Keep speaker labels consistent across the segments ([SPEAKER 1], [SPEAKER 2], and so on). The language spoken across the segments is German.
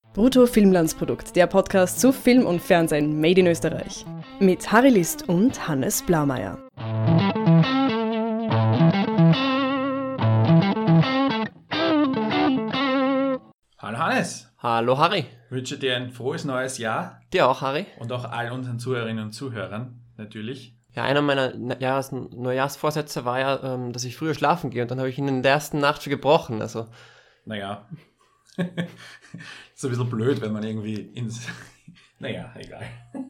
[SPEAKER 1] Brutto Filmlandsprodukt, der Podcast zu Film und Fernsehen made in Österreich. Mit Harry List und Hannes Blaumeier.
[SPEAKER 2] Hallo Hannes.
[SPEAKER 3] Hallo Harry.
[SPEAKER 2] Ich wünsche dir ein frohes neues Jahr.
[SPEAKER 3] Dir auch, Harry.
[SPEAKER 2] Und auch all unseren Zuhörerinnen und Zuhörern, natürlich.
[SPEAKER 3] Ja, einer meiner Neujahrsvorsätze war ja, dass ich früher schlafen gehe und dann habe ich ihn in der ersten Nacht schon gebrochen. Also.
[SPEAKER 2] Naja, ist ein bisschen blöd, wenn man irgendwie ins... Naja, egal.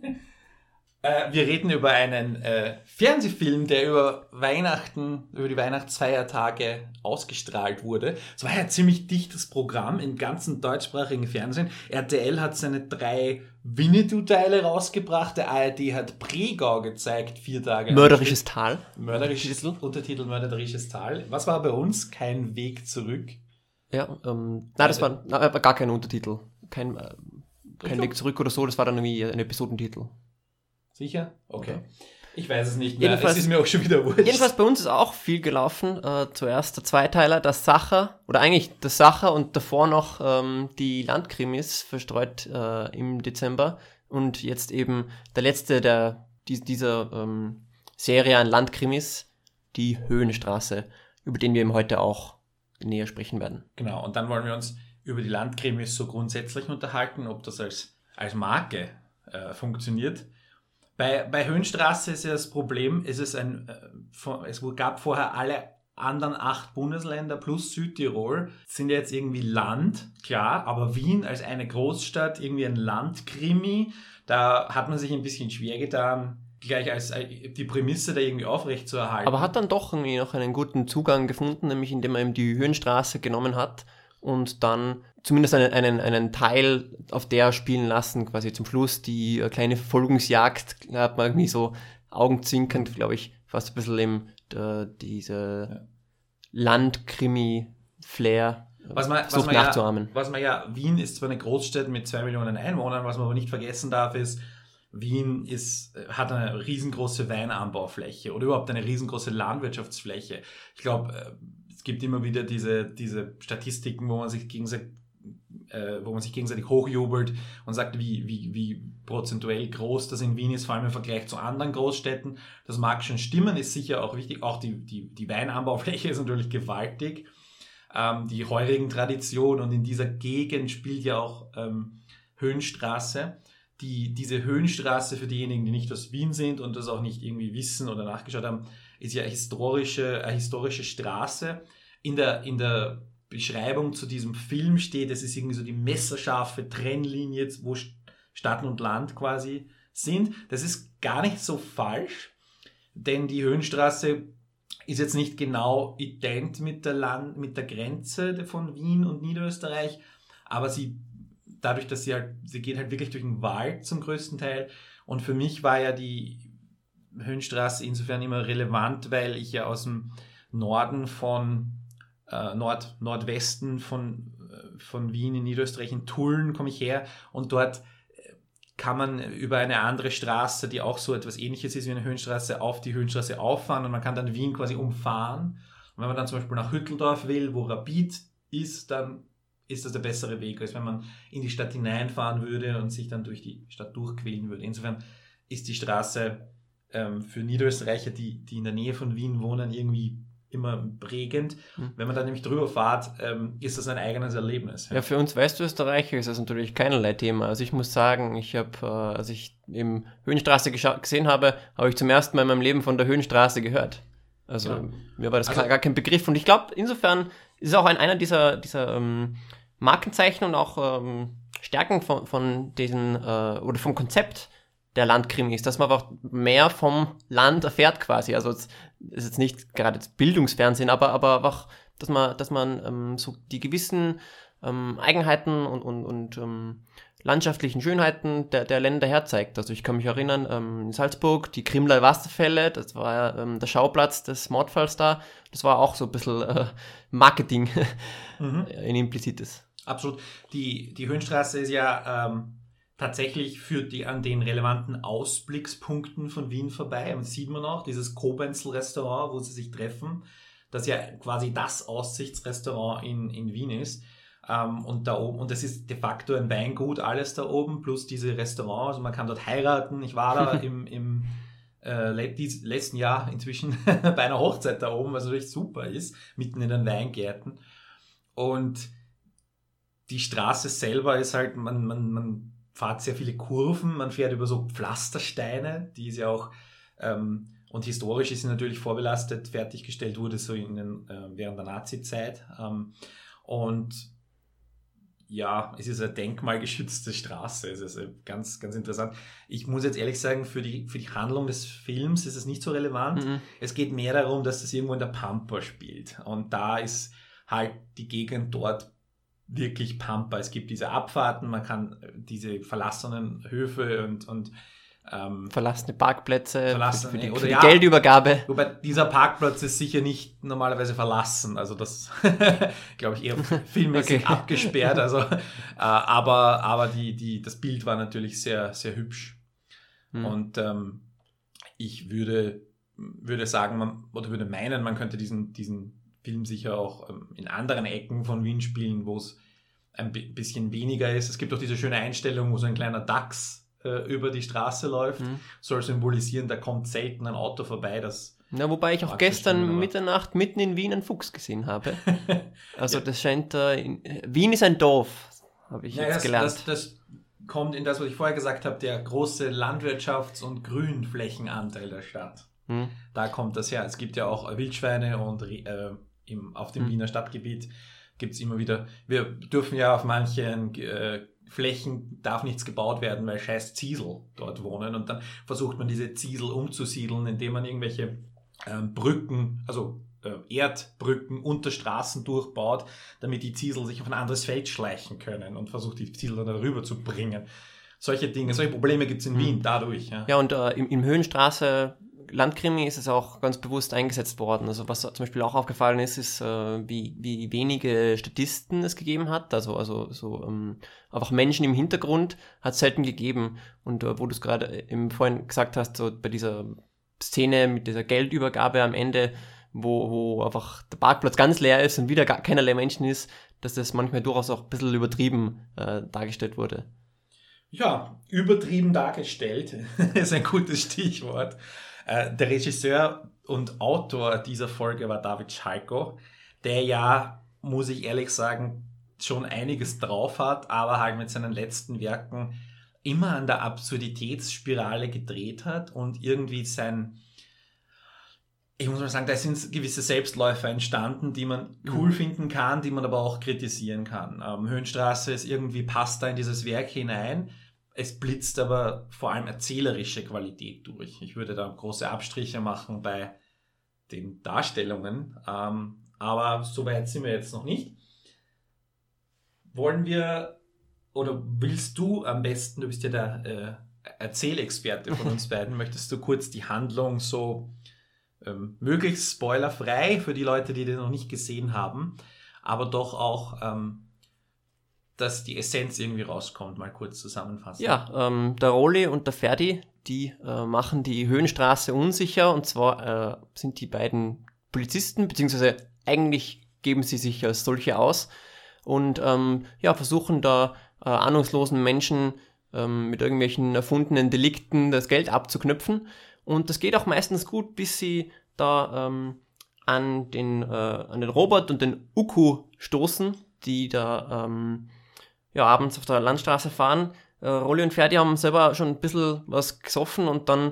[SPEAKER 2] Wir reden über einen Fernsehfilm, der über die Weihnachtsfeiertage ausgestrahlt wurde. Es war ja ein ziemlich dichtes Programm im ganzen deutschsprachigen Fernsehen. RTL hat seine 3 Winnetou-Teile rausgebracht. Der ARD hat Pregau gezeigt, 4 Tage.
[SPEAKER 3] Mörderisches Tal.
[SPEAKER 2] Untertitel Mörderisches Tal. Was war bei uns? Kein Weg zurück.
[SPEAKER 3] Ja, das war gar kein Untertitel. Kein Weg zurück oder so, das war dann irgendwie ein Episodentitel.
[SPEAKER 2] Sicher? Okay. Ja. Ich weiß es nicht mehr. Es ist mir auch schon wieder wurscht.
[SPEAKER 3] Jedenfalls bei uns ist auch viel gelaufen. Zuerst der Zweiteiler, das Sacher und davor noch die Landkrimis verstreut im Dezember. Und jetzt eben der letzte dieser Serie an Landkrimis, die Höhenstraße, über den wir eben heute auch näher sprechen werden.
[SPEAKER 2] Genau, und dann wollen wir uns über die Landkrimis so grundsätzlich unterhalten, ob das als Marke funktioniert. Bei Höhenstraße ist ja das Problem, es gab vorher alle anderen 8 Bundesländer plus Südtirol, sind ja jetzt irgendwie Land, klar, aber Wien als eine Großstadt, irgendwie ein Landkrimi, da hat man sich ein bisschen schwer getan, gleich als die Prämisse da irgendwie aufrecht zu erhalten.
[SPEAKER 3] Aber hat dann doch irgendwie noch einen guten Zugang gefunden, nämlich indem man eben die Höhenstraße genommen hat und dann zumindest einen Teil auf der spielen lassen, quasi zum Schluss die kleine Verfolgungsjagd, da hat man irgendwie so augenzwinkernd, glaube ich, fast ein bisschen diese Landkrimi-Flair nachzuahmen.
[SPEAKER 2] Wien ist zwar eine Großstadt mit 2 Millionen Einwohnern, was man aber nicht vergessen darf, ist, Wien hat eine riesengroße Weinanbaufläche oder überhaupt eine riesengroße Landwirtschaftsfläche. Ich glaube, es gibt immer wieder diese Statistiken, wo man sich gegenseitig hochjubelt und sagt, wie prozentuell groß das in Wien ist, vor allem im Vergleich zu anderen Großstädten. Das mag schon stimmen, ist sicher auch wichtig. Auch die Weinanbaufläche ist natürlich gewaltig. Die Heurigen-Tradition und in dieser Gegend spielt ja auch Höhenstraße. Diese Höhenstraße, für diejenigen, die nicht aus Wien sind und das auch nicht irgendwie wissen oder nachgeschaut haben, ist ja eine historische Straße. In der Beschreibung zu diesem Film steht, es ist irgendwie so die messerscharfe Trennlinie, wo Stadt und Land quasi sind. Das ist gar nicht so falsch, denn die Höhenstraße ist jetzt nicht genau ident mit der Grenze von Wien und Niederösterreich, aber dadurch, dass sie geht halt wirklich durch den Wald zum größten Teil. Und für mich war ja die Höhenstraße insofern immer relevant, weil ich ja aus dem Norden Nordwesten von Wien in Niederösterreich, in Tulln komme ich her, und dort kann man über eine andere Straße, die auch so etwas Ähnliches ist wie eine Höhenstraße, auf die Höhenstraße auffahren und man kann dann Wien quasi umfahren. Und wenn man dann zum Beispiel nach Hütteldorf will, wo Rapid ist, dann ist das der bessere Weg, als wenn man in die Stadt hineinfahren würde und sich dann durch die Stadt durchquälen würde. Insofern ist die Straße für Niederösterreicher, die in der Nähe von Wien wohnen, irgendwie immer prägend. Wenn man da nämlich drüber fährt, ist das ein eigenes Erlebnis.
[SPEAKER 3] Ja, für uns Westösterreicher ist das natürlich keinerlei Thema. Also ich muss sagen, als ich eben Höhenstraße gesehen habe, habe ich zum ersten Mal in meinem Leben von der Höhenstraße gehört. Also ja. Mir war das gar kein Begriff. Und ich glaube, insofern ist es auch einer dieser Markenzeichen und auch Stärken von diesen oder vom Konzept der Landkrimis, dass man einfach mehr vom Land erfährt quasi. Also es ist jetzt nicht gerade das Bildungsfernsehen, aber einfach, dass man so die gewissen Eigenheiten und landschaftlichen Schönheiten der Länder herzeigt. Also ich kann mich erinnern, in Salzburg, die Grimler Wasserfälle, das war der Schauplatz des Mordfalls da. Das war auch so ein bisschen Marketing in implizites.
[SPEAKER 2] Absolut. Die Höhenstraße ist ja tatsächlich führt die an den relevanten Ausblickspunkten von Wien vorbei. Und das sieht man auch, dieses Kobenzl-Restaurant, wo sie sich treffen, das ja quasi das Aussichtsrestaurant in Wien ist. Und da oben, und das ist de facto ein Weingut, alles da oben, plus diese Restaurants, also man kann dort heiraten. Ich war da im letzten Jahr inzwischen bei einer Hochzeit da oben, was natürlich super ist, mitten in den Weingärten. Und die Straße selber ist halt, man fährt sehr viele Kurven, man fährt über so Pflastersteine, die ist ja auch, und historisch ist sie natürlich vorbelastet, fertiggestellt wurde so während der Nazi-Zeit. Und ja, es ist eine denkmalgeschützte Straße. Es ist ganz, ganz interessant. Ich muss jetzt ehrlich sagen, für die Handlung des Films ist es nicht so relevant. Mhm. Es geht mehr darum, dass das irgendwo in der Pampa spielt. Und da ist halt die Gegend dort wirklich Pampa. Es gibt diese Abfahrten, man kann diese verlassenen Höfe und
[SPEAKER 3] verlassene Parkplätze
[SPEAKER 2] für die
[SPEAKER 3] Geldübergabe.
[SPEAKER 2] Wobei dieser Parkplatz ist sicher nicht normalerweise verlassen, also das glaube ich eher filmmäßig abgesperrt, also aber das Bild war natürlich sehr, sehr hübsch. Und ich würde sagen, würde meinen, man könnte diesen Film sicher auch in anderen Ecken von Wien spielen, wo es ein bisschen weniger ist. Es gibt auch diese schöne Einstellung, wo so ein kleiner Dachs über die Straße läuft, soll symbolisieren, da kommt selten ein Auto vorbei.
[SPEAKER 3] Wobei ich auch gestern Mitternacht mitten in Wien einen Fuchs gesehen habe. Also das scheint, Wien ist ein Dorf, habe ich jetzt gelernt.
[SPEAKER 2] Das kommt in das, was ich vorher gesagt habe, der große Landwirtschafts- und Grünflächenanteil der Stadt. Da kommt das her. Es gibt ja auch Wildschweine und auf dem Wiener Stadtgebiet gibt es immer wieder, wir dürfen ja auf manchen Flächen darf nichts gebaut werden, weil scheiß Ziesel dort wohnen, und dann versucht man diese Ziesel umzusiedeln, indem man irgendwelche Brücken, also Erdbrücken unter Straßen durchbaut, damit die Ziesel sich auf ein anderes Feld schleichen können und versucht die Ziesel dann darüber zu bringen. Solche Probleme gibt es in Wien dadurch.
[SPEAKER 3] Ja, und im Höhenstraße Landkrimi ist es auch ganz bewusst eingesetzt worden. Also was zum Beispiel auch aufgefallen ist, wie wenige Statisten es gegeben hat. Also einfach Menschen im Hintergrund hat es selten gegeben. Und wo du es gerade vorhin gesagt hast, so bei dieser Szene mit dieser Geldübergabe am Ende, wo einfach der Parkplatz ganz leer ist und wieder keinerlei Menschen ist, dass das manchmal durchaus auch ein bisschen übertrieben dargestellt wurde.
[SPEAKER 2] Ja, übertrieben dargestellt ist ein gutes Stichwort. Der Regisseur und Autor dieser Folge war David Schalko, der ja, muss ich ehrlich sagen, schon einiges drauf hat, aber halt mit seinen letzten Werken immer an der Absurditätsspirale gedreht hat und irgendwie ich muss mal sagen, da sind gewisse Selbstläufer entstanden, die man cool finden kann, die man aber auch kritisieren kann. Höhenstraße passt da in dieses Werk hinein. Es blitzt aber vor allem erzählerische Qualität durch. Ich würde da große Abstriche machen bei den Darstellungen, aber so weit sind wir jetzt noch nicht. Wollen wir, oder willst du am besten, du bist ja der Erzählexperte von uns beiden, möchtest du kurz die Handlung so möglichst spoilerfrei für die Leute, die den noch nicht gesehen haben, aber doch auch dass die Essenz irgendwie rauskommt, mal kurz zusammenfassen.
[SPEAKER 3] Ja, der Rolli und der Ferdi, die machen die Höhenstraße unsicher, und zwar sind die beiden Polizisten, beziehungsweise eigentlich geben sie sich als solche aus und versuchen da ahnungslosen Menschen mit irgendwelchen erfundenen Delikten das Geld abzuknüpfen, und das geht auch meistens gut, bis sie da an den Robert und den Uku stoßen, die da abends auf der Landstraße fahren. Rolli und Ferdi haben selber schon ein bisschen was gesoffen und dann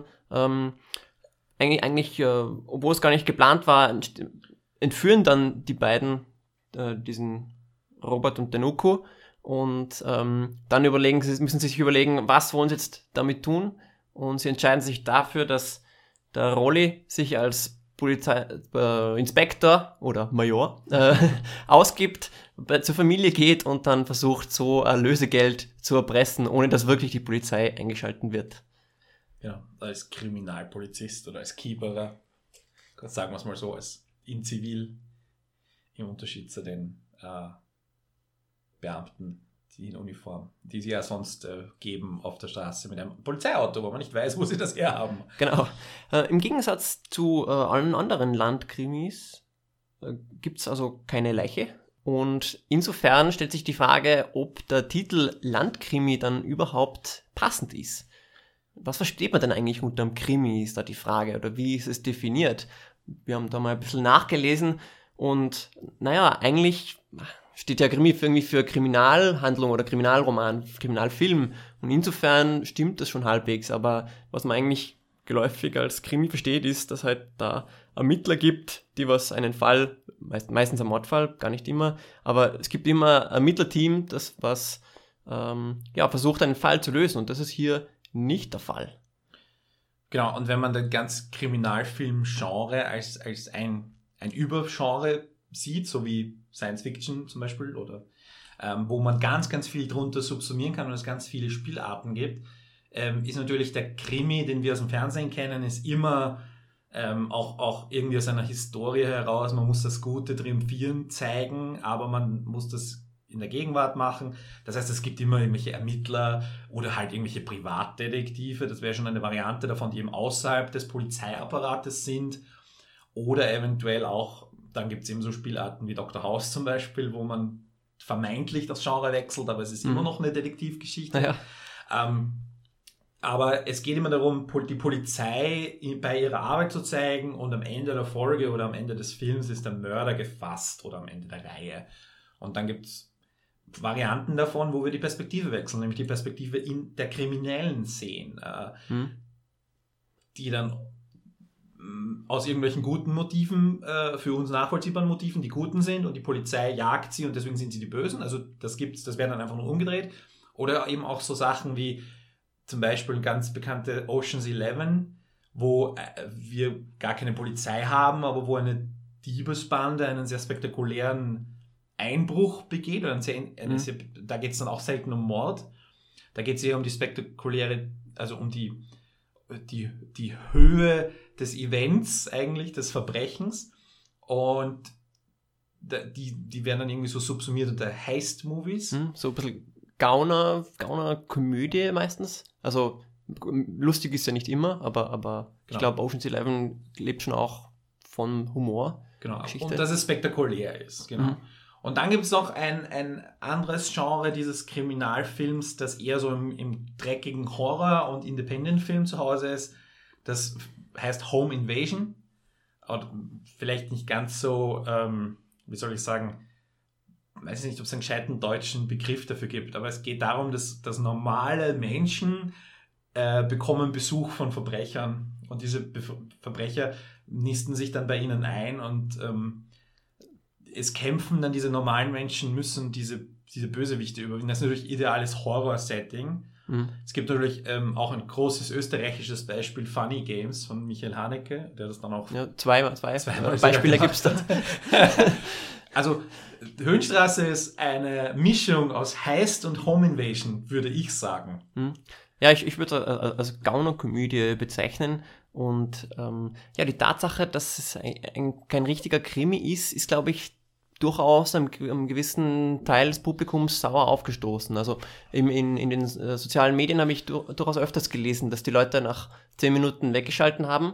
[SPEAKER 3] eigentlich obwohl es gar nicht geplant war, entführen dann die beiden diesen Robert und den Uku, und dann müssen sie sich überlegen, was wollen sie jetzt damit tun, und sie entscheiden sich dafür, dass der Rolli sich als Inspektor oder Major ausgibt, zur Familie geht und dann versucht, so Lösegeld zu erpressen, ohne dass wirklich die Polizei eingeschalten wird.
[SPEAKER 2] Ja, als Kriminalpolizist oder als Kieberer, sagen wir es mal so, als in Zivil, im Unterschied zu den Beamten, die in Uniform, die sie ja sonst geben auf der Straße mit einem Polizeiauto, wo man nicht weiß, wo sie das herhaben.
[SPEAKER 3] Genau. Im Gegensatz zu allen anderen Landkrimis gibt es also keine Leiche. Und insofern stellt sich die Frage, ob der Titel Landkrimi dann überhaupt passend ist. Was versteht man denn eigentlich unter einem Krimi, ist da die Frage, oder wie ist es definiert? Wir haben da mal ein bisschen nachgelesen und eigentlich steht ja Krimi irgendwie für Kriminalhandlung oder Kriminalroman, Kriminalfilm, und insofern stimmt das schon halbwegs, aber was man eigentlich geläufig als Krimi versteht, ist, dass halt da Ermittler gibt, die einen Fall, meistens ein Mordfall, gar nicht immer, aber es gibt immer ein Ermittlerteam, das versucht, einen Fall zu lösen, und das ist hier nicht der Fall.
[SPEAKER 2] Genau, und wenn man den ganzen Kriminalfilm-Genre als ein Übergenre sieht, so wie Science Fiction zum Beispiel, oder wo man ganz, ganz viel drunter subsumieren kann und es ganz viele Spielarten gibt, ist natürlich der Krimi, den wir aus dem Fernsehen kennen, ist immer auch irgendwie aus einer Historie heraus. Man muss das Gute triumphieren zeigen, aber man muss das in der Gegenwart machen. Das heißt, es gibt immer irgendwelche Ermittler oder halt irgendwelche Privatdetektive. Das wäre schon eine Variante davon, die eben außerhalb des Polizeiapparates sind. Oder eventuell auch, dann gibt es eben so Spielarten wie Dr. House zum Beispiel, wo man vermeintlich das Genre wechselt, aber es ist immer noch eine Detektivgeschichte.
[SPEAKER 3] Ja.
[SPEAKER 2] Aber es geht immer darum, die Polizei bei ihrer Arbeit zu zeigen, und am Ende der Folge oder am Ende des Films ist der Mörder gefasst oder am Ende der Reihe. Und dann gibt es Varianten davon, wo wir die Perspektive wechseln, nämlich die Perspektive in der Kriminellen sehen, die dann aus irgendwelchen guten Motiven, für uns nachvollziehbaren Motiven, die guten sind, und die Polizei jagt sie und deswegen sind sie die Bösen. Also das wäre dann einfach nur umgedreht. Oder eben auch so Sachen wie zum Beispiel ein ganz bekannte Ocean's 11, wo wir gar keine Polizei haben, aber wo eine Diebesbande einen sehr spektakulären Einbruch begeht. Da geht es dann auch selten um Mord. Da geht es eher um die spektakuläre, also um die Höhe des Events eigentlich, des Verbrechens. Und die werden dann irgendwie so subsumiert unter Heist-Movies.
[SPEAKER 3] So ein bisschen Gauner-Komödie meistens. Also lustig ist ja nicht immer, aber ich glaube, Ocean's 11 lebt schon auch von Humor.
[SPEAKER 2] Genau, und dass es spektakulär ist. Genau. Und dann gibt es noch ein anderes Genre dieses Kriminalfilms, das eher so im dreckigen Horror- und Independent-Film zu Hause ist. Das heißt Home Invasion. Oder vielleicht nicht ganz so, wie soll ich sagen, weiß nicht, ob es einen gescheiten deutschen Begriff dafür gibt, aber es geht darum, dass normale Menschen bekommen Besuch von Verbrechern, und diese Verbrecher nisten sich dann bei ihnen ein, und es kämpfen dann diese normalen Menschen, müssen diese Bösewichte überwinden. Das ist natürlich ideales Horror-Setting. Es gibt natürlich auch ein großes österreichisches Beispiel, Funny Games von Michael Haneke, der das dann auch...
[SPEAKER 3] Ja, zweimal Beispiele gibt es da.
[SPEAKER 2] Also Höhenstraße ist eine Mischung aus Heist und Home Invasion, würde ich sagen.
[SPEAKER 3] Ja, ich würde es als Gaunerkomödie bezeichnen, und die Tatsache, dass es kein richtiger Krimi ist, glaube ich, durchaus einem gewissen Teil des Publikums sauer aufgestoßen. Also in den sozialen Medien habe ich durchaus öfters gelesen, dass die Leute nach 10 Minuten weggeschalten haben,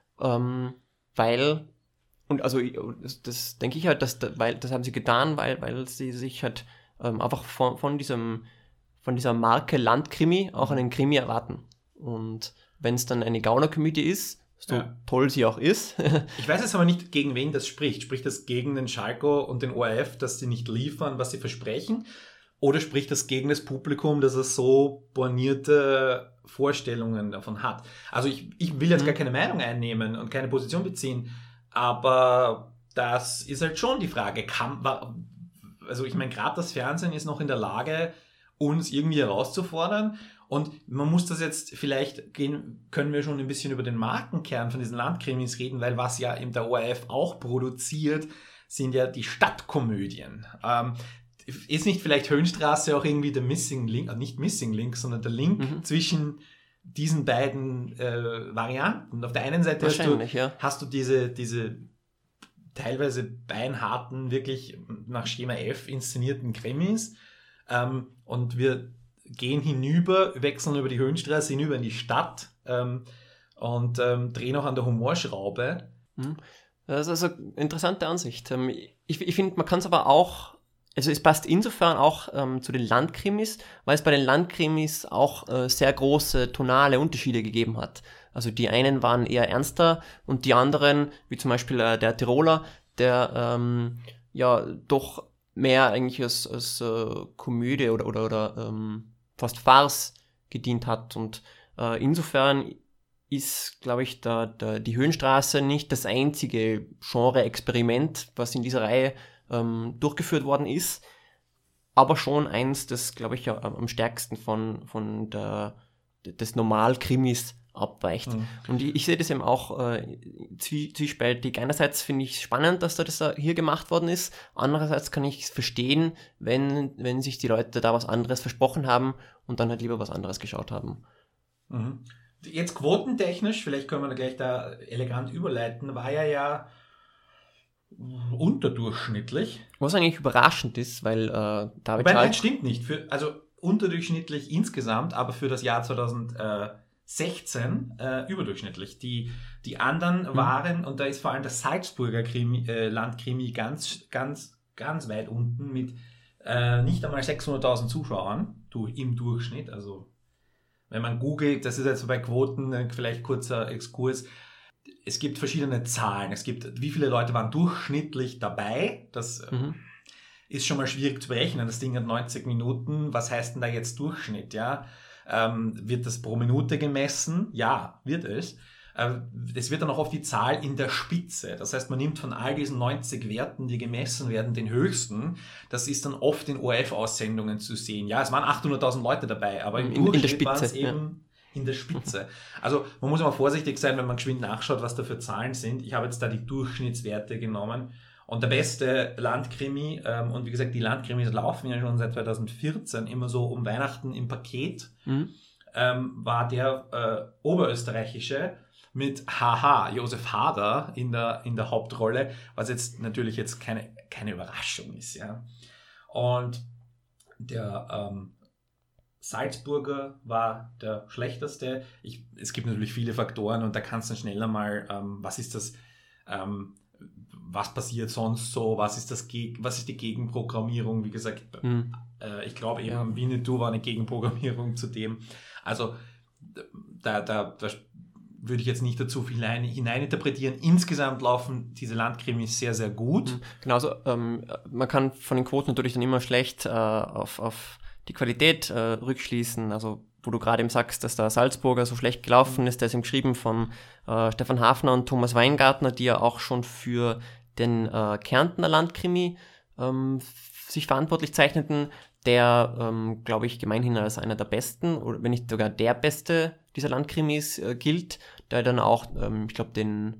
[SPEAKER 3] weil, und also das denke ich halt, das haben sie getan, weil sie sich halt einfach von dieser Marke Landkrimi auch einen Krimi erwarten. Und wenn es dann eine Gaunerkomödie ist, so toll sie auch ist.
[SPEAKER 2] Ich weiß jetzt aber nicht, gegen wen das spricht. Spricht das gegen den Schalko und den ORF, dass sie nicht liefern, was sie versprechen? Oder spricht das gegen das Publikum, dass es so bornierte Vorstellungen davon hat? Also ich will jetzt gar keine Meinung einnehmen und keine Position beziehen, aber das ist halt schon die Frage. Also ich meine, gerade das Fernsehen ist noch in der Lage, uns irgendwie herauszufordern. Und man muss das jetzt, können wir schon ein bisschen über den Markenkern von diesen Landkrimis reden, weil was ja eben der ORF auch produziert, sind ja die Stadtkomödien. Ist nicht vielleicht Höhenstraße auch irgendwie der Missing Link, nicht Missing Link, sondern der Link zwischen diesen beiden Varianten? Auf der einen Seite hast du diese teilweise beinharten, wirklich nach Schema F inszenierten Krimis, und wir gehen wechseln über die Höhenstraße hinüber in die Stadt und drehen auch an der Humorschraube.
[SPEAKER 3] Das ist also eine interessante Ansicht. Ich finde, man kann es aber auch Also es passt insofern auch zu den Landkrimis, weil es bei den Landkrimis auch sehr große tonale Unterschiede gegeben hat. Also die einen waren eher ernster und die anderen, wie zum Beispiel der Tiroler, der doch mehr eigentlich als Komödie oder fast Farce gedient hat. Und insofern ist, glaube ich, die Höhenstraße nicht das einzige Genre-Experiment, was in dieser Reihe durchgeführt worden ist, aber schon eins, das, glaube ich, am stärksten von des Normalkrimis abweicht. Mhm. Und ich sehe das eben auch zwiespältig. Einerseits finde ich es spannend, dass das hier gemacht worden ist. Andererseits kann ich es verstehen, wenn sich die Leute da was anderes versprochen haben und dann halt lieber was anderes geschaut haben.
[SPEAKER 2] Mhm. Jetzt quotentechnisch, vielleicht können wir da gleich elegant überleiten, war ja unterdurchschnittlich.
[SPEAKER 3] Was eigentlich überraschend ist, weil David
[SPEAKER 2] Nein, stimmt nicht. Also unterdurchschnittlich insgesamt, aber für das Jahr 2016 überdurchschnittlich. Die anderen waren, und da ist vor allem das Salzburger Landkrimi ganz, ganz, ganz weit unten mit nicht einmal 600.000 Zuschauern im Durchschnitt. Also wenn man googelt, das ist jetzt bei Quoten, vielleicht kurzer Exkurs, es gibt verschiedene Zahlen. Es gibt, wie viele Leute waren durchschnittlich dabei. Das ist schon mal schwierig zu berechnen. Das Ding hat 90 Minuten. Was heißt denn da jetzt Durchschnitt? Ja? Wird das pro Minute gemessen? Ja, wird es. Es wird dann auch auf die Zahl in der Spitze. Das heißt, man nimmt von all diesen 90 Werten, die gemessen werden, den höchsten. Das ist dann oft in ORF-Aussendungen zu sehen. Ja, es waren 800.000 Leute dabei, aber im Durchschnitt waren es eben in der Spitze. Also man muss immer vorsichtig sein, wenn man geschwind nachschaut, was da für Zahlen sind. Ich habe jetzt da die Durchschnittswerte genommen. Und der beste Landkrimi, und wie gesagt, die Landkrimis laufen ja schon seit 2014 immer so um Weihnachten im Paket, war der oberösterreichische mit Josef Hader in der Hauptrolle, was jetzt natürlich keine Überraschung ist. Ja. Und der Salzburger war der schlechteste. Es gibt natürlich viele Faktoren und da kannst du schneller mal, was ist das, was passiert sonst so, was ist die Gegenprogrammierung, wie gesagt, ich glaube eben, Winnetou war eine Gegenprogrammierung zu dem. Also da würde ich jetzt nicht dazu viel hineininterpretieren. Insgesamt laufen diese Landkrimis sehr, sehr gut.
[SPEAKER 3] Genauso, man kann von den Quoten natürlich dann immer schlecht auf die Qualität rückschließen, also wo du gerade eben sagst, dass der Salzburger so schlecht gelaufen ist, der ist eben geschrieben von Stefan Hafner und Thomas Weingartner, die ja auch schon für den Kärntner Landkrimi sich verantwortlich zeichneten, der, glaube ich, gemeinhin als einer der besten, oder wenn nicht sogar der beste dieser Landkrimis gilt, der dann auch, ich glaube, den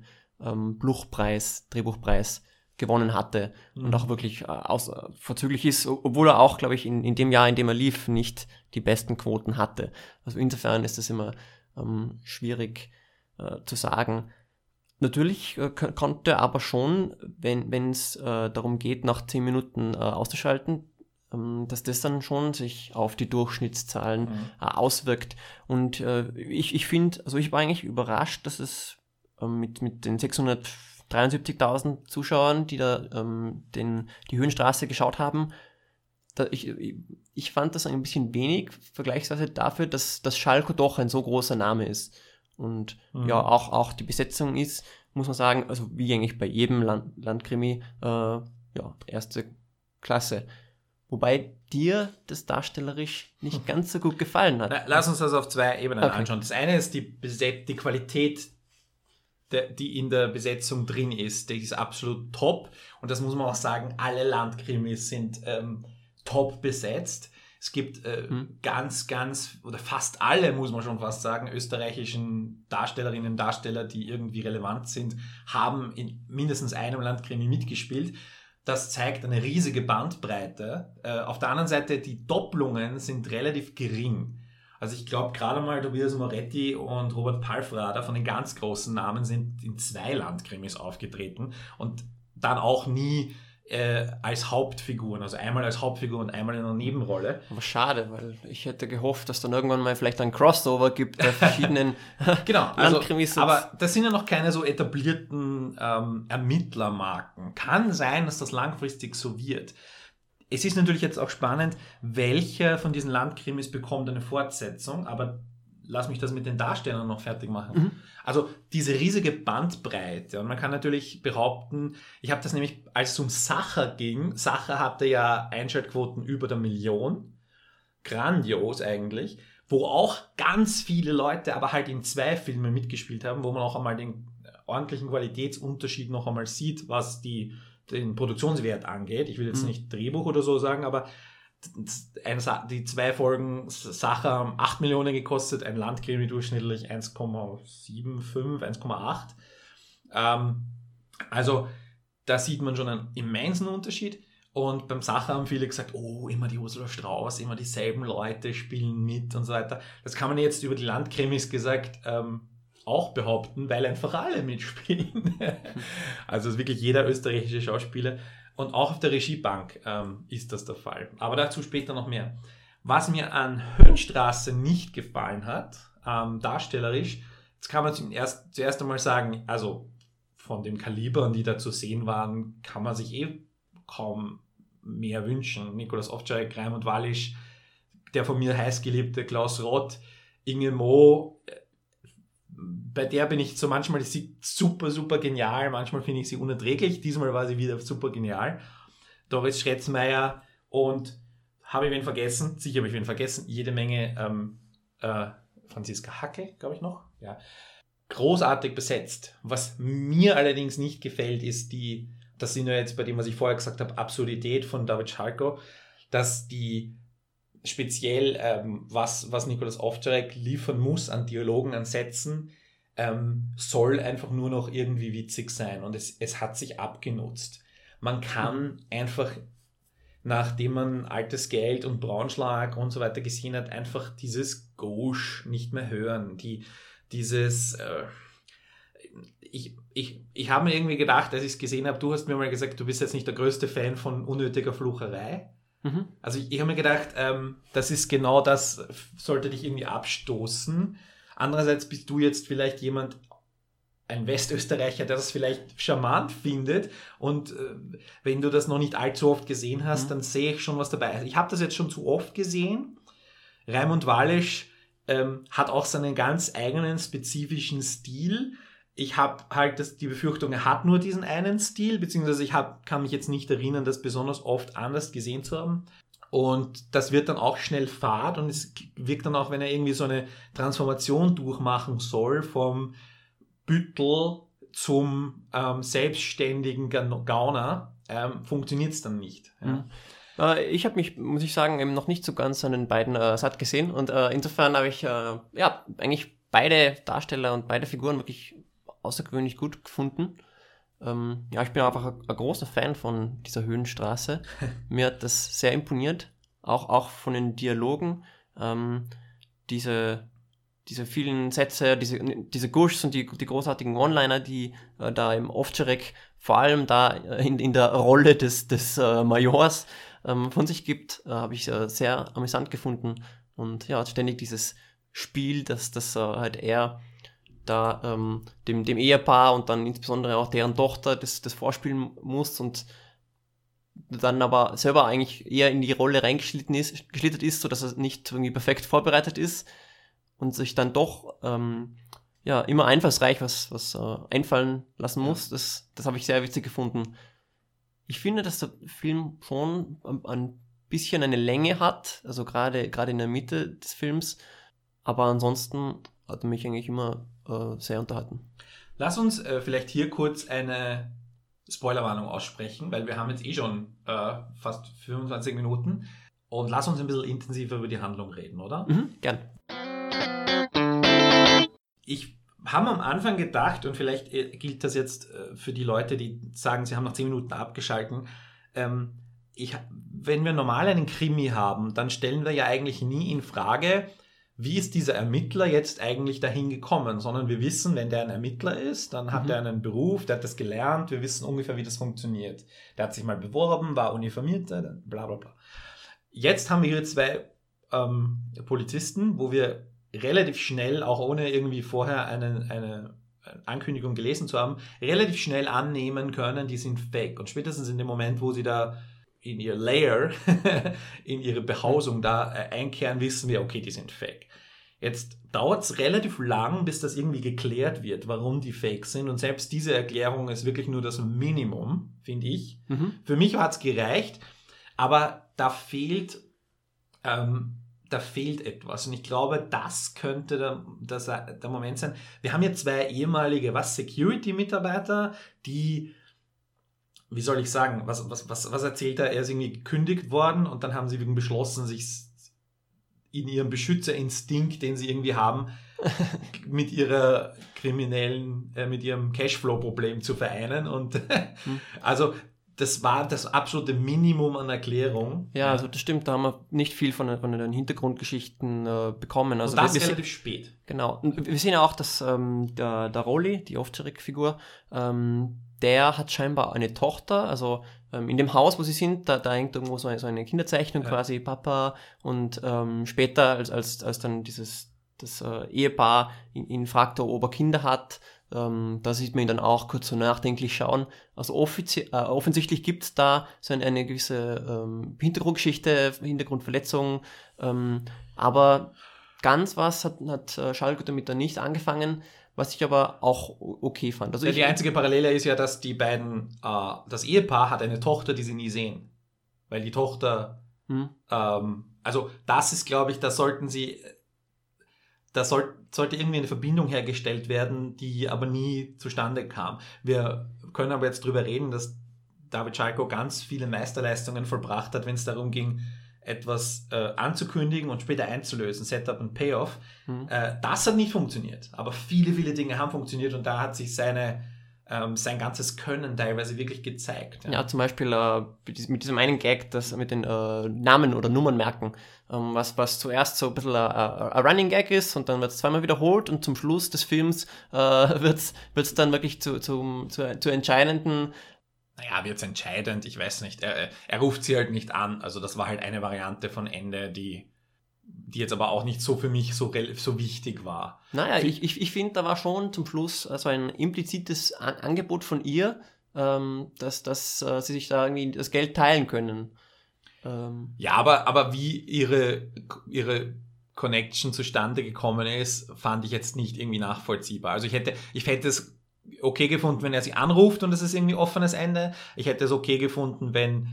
[SPEAKER 3] Drehbuchpreis gewonnen hatte und auch wirklich vorzüglich ist, obwohl er auch, glaube ich, in dem Jahr, in dem er lief, nicht die besten Quoten hatte. Also insofern ist das immer schwierig zu sagen. Natürlich konnte aber schon, wenn es darum geht, nach 10 Minuten auszuschalten, dass das dann schon sich auf die Durchschnittszahlen auswirkt. Und ich finde, also ich war eigentlich überrascht, dass es mit den 673.000 Zuschauern, die da die Höhenstraße geschaut haben, ich fand das ein bisschen wenig, vergleichsweise dafür, dass Schalko doch ein so großer Name ist. Und ja, auch die Besetzung ist, muss man sagen, also wie eigentlich bei jedem Landkrimi, erste Klasse. Wobei dir das darstellerisch nicht ganz so gut gefallen hat.
[SPEAKER 2] Lass uns das auf 2 Ebenen anschauen. Das eine ist die Qualität, die in der Besetzung drin ist. Die ist absolut top. Und das muss man auch sagen, alle Landkrimis sind top besetzt. Es gibt ganz, ganz, oder fast alle, muss man schon fast sagen, österreichischen Darstellerinnen und Darsteller, die irgendwie relevant sind, haben in mindestens einem Landkrimi mitgespielt. Das zeigt eine riesige Bandbreite. Auf der anderen Seite, die Doppelungen sind relativ gering. Also ich glaube, gerade mal Tobias Moretti und Robert Palfrader von den ganz großen Namen sind in 2 Landkrimis aufgetreten und dann auch nie als Hauptfiguren, also einmal als Hauptfigur und einmal in einer Nebenrolle.
[SPEAKER 3] Aber schade, weil ich hätte gehofft, dass dann irgendwann mal vielleicht ein Crossover gibt bei verschiedenen Landkrimis.
[SPEAKER 2] Aber das sind ja noch keine so etablierten Ermittlermarken. Kann sein, dass das langfristig so wird. Es ist natürlich jetzt auch spannend, welcher von diesen Landkrimis bekommt eine Fortsetzung, aber lass mich das mit den Darstellern noch fertig machen. Also diese riesige Bandbreite. Und man kann natürlich behaupten, ich habe das nämlich, als es um Sacher ging, Sacher hatte ja Einschaltquoten über der Million. Grandios eigentlich. Wo auch ganz viele Leute aber halt in 2 Filmen mitgespielt haben, wo man auch einmal den ordentlichen Qualitätsunterschied noch einmal sieht, was den Produktionswert angeht. Ich will jetzt nicht Drehbuch oder so sagen, aber die 2 Folgen Sache haben 8 Millionen gekostet, ein Landkrimi durchschnittlich 1,75, 1,8. Also da sieht man schon einen immensen Unterschied. Und beim Sacher haben viele gesagt, immer die Ursula Strauß, immer dieselben Leute spielen mit und so weiter. Das kann man jetzt über die Landkrimis gesagt auch behaupten, weil einfach alle mitspielen. Also ist wirklich jeder österreichische Schauspieler. Und auch auf der Regiebank ist das der Fall. Aber dazu später noch mehr. Was mir an Höhenstraße nicht gefallen hat, darstellerisch, das kann man zuerst einmal sagen, also von den Kalibern, die da zu sehen waren, kann man sich kaum mehr wünschen. Nikolaus Ovtcharek, Raimund Wallisch, der von mir heißgeliebte Klaus Roth, Inge Mo, bei der bin ich so manchmal, ist sie super, super genial, manchmal finde ich sie unerträglich, diesmal war sie wieder super genial. Doris Schretzmeier und habe ich wen vergessen? Sicher habe ich wen vergessen. Jede Menge Franziska Hacke, glaube ich noch. Ja. Großartig besetzt. Was mir allerdings nicht gefällt, ist das sind ja jetzt bei dem, was ich vorher gesagt habe, Absurdität von David Schalko, dass die speziell, was Nikolaus Ovtcharek liefern muss an Dialogen, an Sätzen, soll einfach nur noch irgendwie witzig sein. Und es hat sich abgenutzt. Man kann einfach, nachdem man Altes Geld und Braunschlag und so weiter gesehen hat, einfach dieses Gauche nicht mehr hören. Ich habe mir irgendwie gedacht, als ich es gesehen habe, du hast mir mal gesagt, du bist jetzt nicht der größte Fan von unnötiger Flucherei. Also ich habe mir gedacht, das ist genau das, sollte dich irgendwie abstoßen. Andererseits bist du jetzt vielleicht ein Westösterreicher, der das vielleicht charmant findet und wenn du das noch nicht allzu oft gesehen hast, dann sehe ich schon was dabei. Also ich habe das jetzt schon zu oft gesehen. Raimund Wallisch hat auch seinen ganz eigenen spezifischen Stil. Ich habe halt die Befürchtung, er hat nur diesen einen Stil, beziehungsweise kann mich jetzt nicht erinnern, das besonders oft anders gesehen zu haben. Und das wird dann auch schnell fad und es wirkt dann auch, wenn er irgendwie so eine Transformation durchmachen soll vom Büttel zum selbstständigen Gauner, funktioniert es dann nicht. Ja.
[SPEAKER 3] Ich habe mich, muss ich sagen, eben noch nicht so ganz an den beiden satt gesehen und insofern habe ich eigentlich beide Darsteller und beide Figuren wirklich außergewöhnlich gut gefunden. Ich bin einfach ein großer Fan von dieser Höhenstraße. Mir hat das sehr imponiert, auch von den Dialogen. Diese vielen Sätze, diese Gushs und die großartigen One-Liner, die da im Ovtcharek vor allem da in der Rolle des Majors von sich gibt, habe ich sehr amüsant gefunden. Und ja, ständig dieses Spiel, dass halt er da dem Ehepaar und dann insbesondere auch deren Tochter das vorspielen muss und dann aber selber eigentlich eher in die Rolle geschlittert ist, sodass er nicht irgendwie perfekt vorbereitet ist und sich dann doch immer einfallsreich was einfallen lassen muss. Das habe ich sehr witzig gefunden. Ich finde, dass der Film schon ein bisschen eine Länge hat, also gerade in der Mitte des Films, aber ansonsten hat er mich eigentlich immer sehr unterhalten.
[SPEAKER 2] Lass uns vielleicht hier kurz eine Spoilerwarnung aussprechen, weil wir haben jetzt schon fast 25 Minuten und lass uns ein bisschen intensiver über die Handlung reden, oder?
[SPEAKER 3] Gern.
[SPEAKER 2] Ich habe am Anfang gedacht, und vielleicht gilt das jetzt für die Leute, die sagen, sie haben nach 10 Minuten abgeschalten, wenn wir normal einen Krimi haben, dann stellen wir ja eigentlich nie in Frage, wie ist dieser Ermittler jetzt eigentlich dahin gekommen, sondern wir wissen, wenn der ein Ermittler ist, dann hat er einen Beruf, der hat das gelernt, wir wissen ungefähr, wie das funktioniert. Der hat sich mal beworben, war Uniformierter, bla bla bla. Jetzt haben wir hier 2 Polizisten, wo wir relativ schnell, auch ohne irgendwie vorher eine Ankündigung gelesen zu haben, relativ schnell annehmen können, die sind fake. Und spätestens in dem Moment, wo sie da in ihr Layer, in ihre Behausung da einkehren, wissen wir, okay, die sind fake. Jetzt dauert es relativ lang, bis das irgendwie geklärt wird, warum die fake sind. Und selbst diese Erklärung ist wirklich nur das Minimum, finde ich. Für mich hat es gereicht, aber da fehlt etwas. Und ich glaube, das könnte der Moment sein. Wir haben ja 2 ehemalige Security-Mitarbeiter, die, wie soll ich sagen, was erzählt er? Er ist irgendwie gekündigt worden und dann haben sie beschlossen, sich in ihrem Beschützerinstinkt, den sie irgendwie haben, mit ihrer mit ihrem Cashflow-Problem zu vereinen. Und also das war das absolute Minimum an Erklärung.
[SPEAKER 3] Ja, also das stimmt, da haben wir nicht viel von den Hintergrundgeschichten bekommen. Also
[SPEAKER 2] und das relativ spät.
[SPEAKER 3] Genau. Und wir sehen ja auch, dass der Rolly, die Ovtcharek-Figur, der hat scheinbar eine Tochter, also in dem Haus, wo sie sind, da hängt irgendwo so eine Kinderzeichnung, quasi Papa, und später, als dann das Ehepaar ihn fragt, ob er Kinder hat, da sieht man ihn dann auch kurz so nachdenklich schauen. Also offensichtlich gibt es da so eine gewisse Hintergrundgeschichte, Hintergrundverletzung, aber ganz was hat Schalke damit dann nicht angefangen, was ich aber auch okay fand. Also
[SPEAKER 2] die einzige Parallele ist ja, dass die beiden, das Ehepaar hat eine Tochter, die sie nie sehen. Weil die Tochter, also das ist, glaube ich, sollte irgendwie eine Verbindung hergestellt werden, die aber nie zustande kam. Wir können aber jetzt drüber reden, dass David Schalko ganz viele Meisterleistungen vollbracht hat, wenn es darum ging, etwas anzukündigen und später einzulösen, Setup und Payoff. Das hat nicht funktioniert, aber viele, viele Dinge haben funktioniert und da hat sich sein ganzes Können teilweise wirklich gezeigt.
[SPEAKER 3] Ja, zum Beispiel mit diesem einen Gag, das mit den Namen oder Nummern merken, was zuerst so ein bisschen ein Running Gag ist und dann wird es zweimal wiederholt und zum Schluss des Films wird's dann wirklich zu entscheidenden.
[SPEAKER 2] Naja, wird's entscheidend, ich weiß nicht. Er ruft sie halt nicht an, also das war halt eine Variante von Ende, die jetzt aber auch nicht so für mich so wichtig war.
[SPEAKER 3] Naja, ich finde, da war schon zum Schluss also ein implizites Angebot von ihr, dass sie sich da irgendwie das Geld teilen können.
[SPEAKER 2] Ja, aber wie ihre Connection zustande gekommen ist, fand ich jetzt nicht irgendwie nachvollziehbar. Also ich hätte es okay gefunden, wenn er sie anruft und es ist irgendwie offenes Ende. Ich hätte es okay gefunden, wenn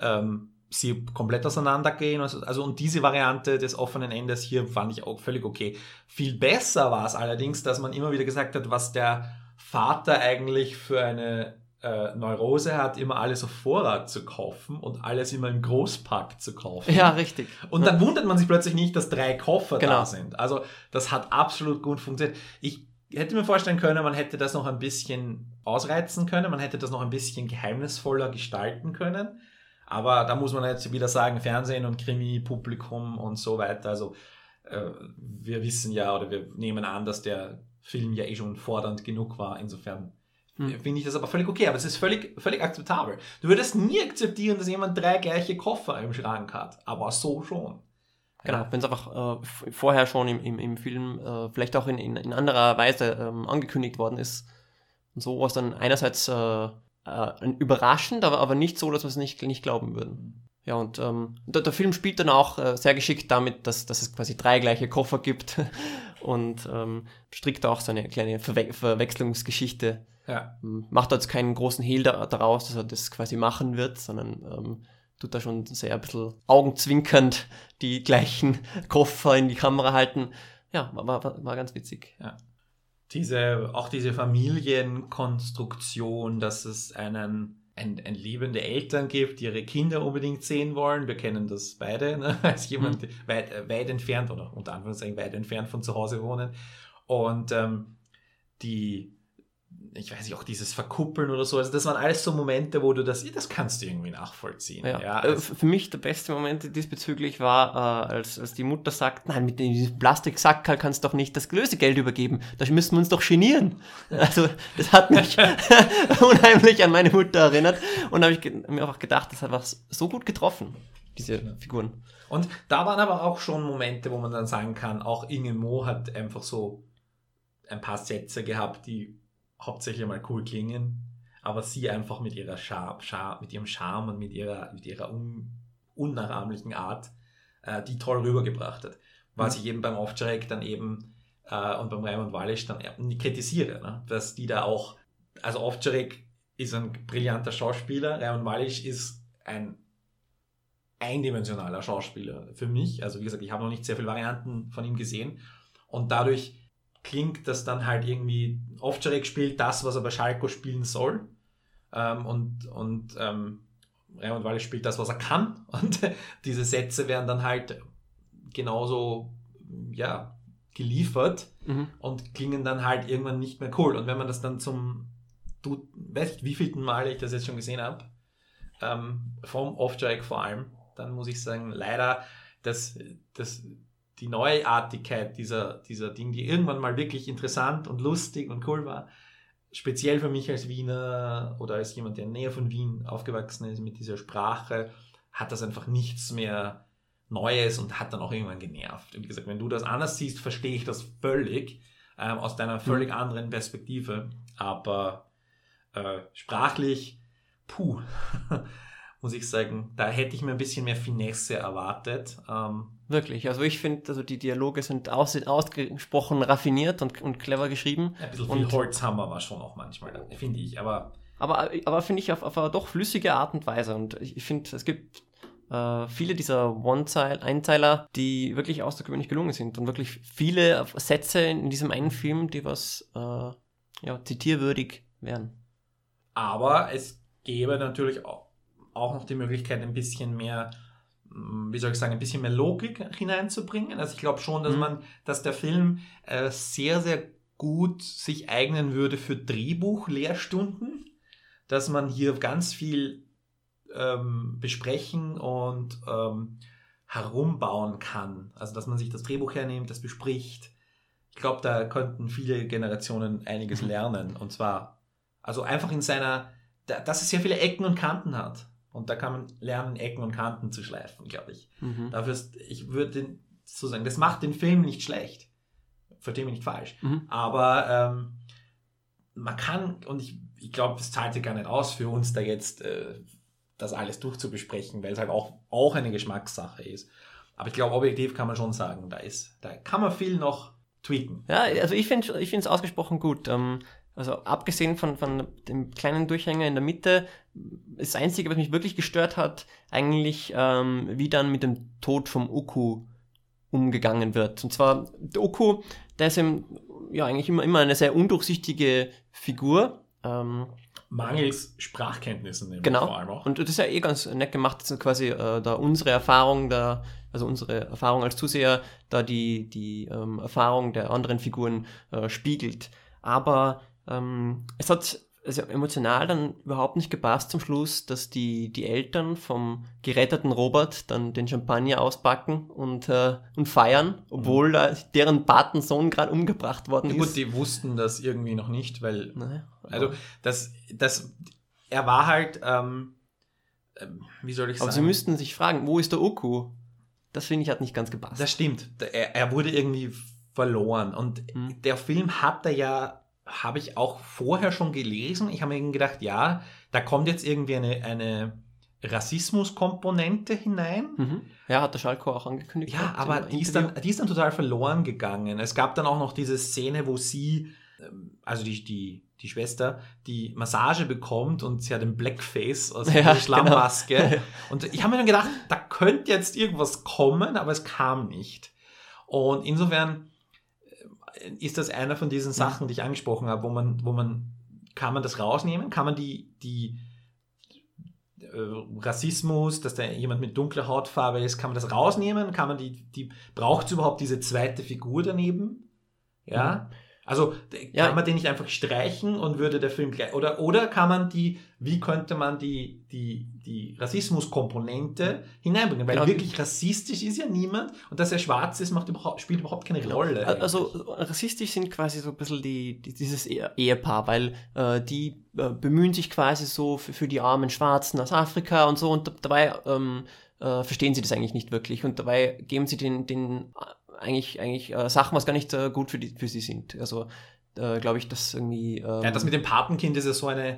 [SPEAKER 2] sie komplett auseinandergehen. Also und diese Variante des offenen Endes hier fand ich auch völlig okay. Viel besser war es allerdings, dass man immer wieder gesagt hat, was der Vater eigentlich für eine Neurose hat, immer alles auf Vorrat zu kaufen und alles immer im Großpack zu kaufen.
[SPEAKER 3] Ja, richtig.
[SPEAKER 2] Und dann wundert man sich plötzlich nicht, dass 3 Koffer da sind. Also das hat absolut gut funktioniert. Ich hätte mir vorstellen können, man hätte das noch ein bisschen ausreizen können, man hätte das noch ein bisschen geheimnisvoller gestalten können. Aber da muss man jetzt wieder sagen, Fernsehen und Krimi-Publikum und so weiter. Also wir wissen ja oder wir nehmen an, dass der Film ja schon fordernd genug war. Insofern finde ich das aber völlig okay. Aber es ist völlig akzeptabel. Du würdest nie akzeptieren, dass jemand 3 gleiche Koffer im Schrank hat. Aber so schon.
[SPEAKER 3] Genau, wenn es einfach vorher schon im Film vielleicht auch in anderer Weise angekündigt worden ist. Und so was dann einerseits überraschend, aber nicht so, dass wir es nicht glauben würden. Ja, und der Film spielt dann auch sehr geschickt damit, dass es quasi 3 gleiche Koffer gibt und strickt auch so eine kleine Verwechslungsgeschichte.
[SPEAKER 2] Ja.
[SPEAKER 3] Macht jetzt keinen großen Hehl daraus, dass er das quasi machen wird, sondern tut da schon sehr ein bisschen augenzwinkernd die gleichen Koffer in die Kamera halten. Ja, war ganz witzig.
[SPEAKER 2] Ja. Auch diese Familienkonstruktion, dass es ein liebende Eltern gibt, die ihre Kinder unbedingt sehen wollen. Wir kennen das beide, ne? Als jemand weit entfernt oder unter Anführungszeichen weit entfernt von zu Hause wohnen. Und ich weiß nicht, auch dieses Verkuppeln oder so, also das waren alles so Momente, wo du das kannst du irgendwie nachvollziehen.
[SPEAKER 3] Ja, für mich der beste Moment diesbezüglich war, als die Mutter sagt, nein, mit diesem Plastiksackerl kannst du doch nicht das Lösegeld übergeben, da müssen wir uns doch genieren. Also das hat mich unheimlich an meine Mutter erinnert und da habe ich mir einfach gedacht, das hat einfach so gut getroffen, diese Figuren.
[SPEAKER 2] Und da waren aber auch schon Momente, wo man dann sagen kann, auch Inge Mo hat einfach so ein paar Sätze gehabt, die hauptsächlich mal cool klingen. aber sie einfach mit ihrer mit ihrem Charme und mit ihrer unnachahmlichen Art die toll rübergebracht hat. Was ich eben beim Ovtcharek dann eben und beim Raimund Wallisch dann kritisiere, ne? Dass die da auch, also Ovtcharek ist ein brillanter Schauspieler, Raimund Wallisch ist ein eindimensionaler Schauspieler für mich. Also wie gesagt, ich habe noch nicht sehr viele Varianten von ihm gesehen und dadurch klingt das dann halt irgendwie, Ovtcharek spielt das, was er bei Schalko spielen soll, und Raimund Wallisch spielt das, was er kann, und diese Sätze werden dann halt genauso geliefert und klingen dann halt irgendwann nicht mehr cool. Und wenn man das dann weiß ich, wievielten Mal ich das jetzt schon gesehen habe, vom Ovtcharek vor allem, dann muss ich sagen, leider, dass die Neuartigkeit dieser Dinge, die irgendwann mal wirklich interessant und lustig und cool war, speziell für mich als Wiener oder als jemand, der näher von Wien aufgewachsen ist mit dieser Sprache, hat das einfach nichts mehr Neues und hat dann auch irgendwann genervt. Und wie gesagt, wenn du das anders siehst, verstehe ich das völlig, aus deiner völlig anderen Perspektive, aber sprachlich, muss ich sagen, da hätte ich mir ein bisschen mehr Finesse erwartet.
[SPEAKER 3] Wirklich, also ich finde, also die Dialoge sind ausgesprochen raffiniert und clever geschrieben.
[SPEAKER 2] Ein bisschen viel Holzhammer war schon auch manchmal, finde ich, aber
[SPEAKER 3] finde ich auf eine doch flüssige Art und Weise, und ich finde, es gibt viele dieser Einzeiler, die wirklich außergewöhnlich gelungen sind und wirklich viele Sätze in diesem einen Film, die was zitierwürdig wären. Aber
[SPEAKER 2] es gäbe natürlich auch noch die Möglichkeit, ein bisschen mehr, ein bisschen mehr Logik hineinzubringen. Also ich glaube schon, dass der Film sehr, sehr gut sich eignen würde für Drehbuch-Lehrstunden, dass man hier ganz viel besprechen und herumbauen kann. Also dass man sich das Drehbuch hernimmt, das bespricht. Ich glaube, da könnten viele Generationen einiges lernen. Und zwar, also einfach dass es sehr viele Ecken und Kanten hat. Und da kann man lernen, Ecken und Kanten zu schleifen, glaube ich. Dafür ich würde so sagen, das macht den Film nicht schlecht. Verstehe mich nicht falsch. Aber man kann, und ich glaube, es zahlt sich gar nicht aus für uns, da jetzt das alles durchzubesprechen, weil es halt auch eine Geschmackssache ist. Aber ich glaube, objektiv kann man schon sagen, da kann man viel noch tweaken.
[SPEAKER 3] Ja, also ich finde es ausgesprochen gut. Also abgesehen von dem kleinen Durchhänger in der Mitte, das Einzige, was mich wirklich gestört hat, eigentlich wie dann mit dem Tod vom Oku umgegangen wird. Und zwar, der Oku, der ist eigentlich immer eine sehr undurchsichtige Figur.
[SPEAKER 2] Mangels Sprachkenntnissen
[SPEAKER 3] genau.
[SPEAKER 2] Vor allem auch.
[SPEAKER 3] Und das ist ja ganz nett gemacht, das ist quasi da unsere Erfahrung, unsere Erfahrung als Zuseher, da die Erfahrung der anderen Figuren spiegelt. Aber es hat also emotional dann überhaupt nicht gepasst zum Schluss, dass die Eltern vom geretteten Robert dann den Champagner auspacken und feiern, obwohl deren Patensohn gerade umgebracht worden ist.
[SPEAKER 2] Gut, die wussten das irgendwie noch nicht, weil also er war halt wie soll ich sagen?
[SPEAKER 3] Aber sie müssten sich fragen, wo ist der Oku? Das finde ich hat nicht ganz gepasst.
[SPEAKER 2] Das stimmt. Er wurde irgendwie verloren und der Film hatte ja, habe ich auch vorher schon gelesen. Ich habe mir gedacht, ja, da kommt jetzt irgendwie eine Rassismuskomponente hinein.
[SPEAKER 3] Ja, hat der Schalko auch angekündigt.
[SPEAKER 2] Ja, aber die ist dann total verloren gegangen. Es gab dann auch noch diese Szene, wo sie, also die Schwester, die Massage bekommt und sie hat ein Blackface aus der Schlammmaske. Genau. Und ich habe mir dann gedacht, da könnte jetzt irgendwas kommen, aber es kam nicht. Und insofern ist das einer von diesen Sachen, die ich angesprochen habe, wo man kann man das rausnehmen? Kann man die Rassismus, dass da jemand mit dunkler Hautfarbe ist, kann man das rausnehmen? Kann man braucht es überhaupt diese zweite Figur daneben? Ja? Also kann man den nicht einfach streichen und würde der Film gleich, oder kann man wie könnte man die Rassismuskomponente hineinbringen? Weil wirklich rassistisch ist ja niemand und dass er schwarz ist, spielt überhaupt keine Rolle.
[SPEAKER 3] Also rassistisch sind quasi so ein bisschen dieses Ehepaar, weil die bemühen sich quasi so für die armen Schwarzen aus Afrika und so, und dabei verstehen sie das eigentlich nicht wirklich, und dabei geben sie den eigentlich Sachen, was gar nicht gut für sie sind. Also glaube ich, dass irgendwie...
[SPEAKER 2] das mit dem Patenkind ist ja so eine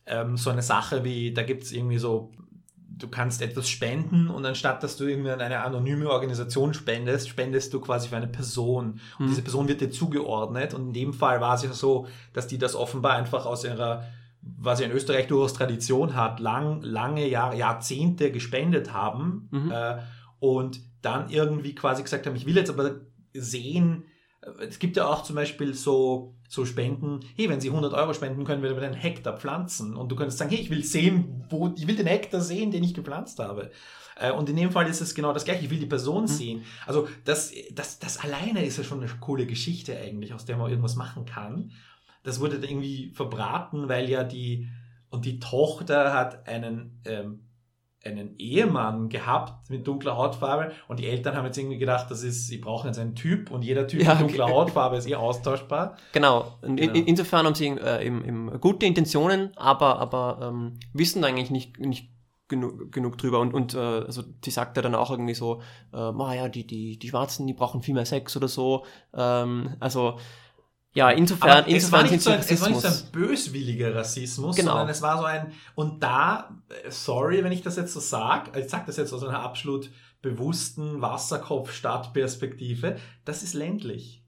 [SPEAKER 2] so eine Sache wie, da gibt es irgendwie so, du kannst etwas spenden und anstatt, dass du irgendwie an eine anonyme Organisation spendest du quasi für eine Person. Und diese Person wird dir zugeordnet. Und in dem Fall war es ja so, dass die das offenbar einfach aus ihrer, was ja in Österreich durchaus Tradition hat, lange Jahre, Jahrzehnte gespendet haben. Und dann irgendwie quasi gesagt haben, ich will jetzt aber sehen, es gibt ja auch zum Beispiel so Spenden, hey, wenn Sie 100 Euro spenden, können wir über einen Hektar pflanzen. Und du könntest sagen, hey, ich will den Hektar sehen, den ich gepflanzt habe. Und in dem Fall ist es genau das Gleiche, ich will die Person sehen. Also das alleine ist ja schon eine coole Geschichte eigentlich, aus der man irgendwas machen kann. Das wurde dann irgendwie verbraten, weil ja die Tochter hat einen Ehemann gehabt mit dunkler Hautfarbe und die Eltern haben jetzt irgendwie gedacht, sie brauchen jetzt einen Typ und jeder Typ mit dunkler Hautfarbe ist austauschbar.
[SPEAKER 3] Genau. Insofern haben sie eben gute Intentionen, aber wissen eigentlich nicht genug drüber und also sie sagt ja dann auch irgendwie so, die Schwarzen, die brauchen viel mehr Sex oder so, also ja, insofern
[SPEAKER 2] es war nicht so ein böswilliger Rassismus, sondern es war so und da, sorry, wenn ich das jetzt so sage, ich sage das jetzt aus einer absolut bewussten Wasserkopf-Stadtperspektive, das ist ländlich.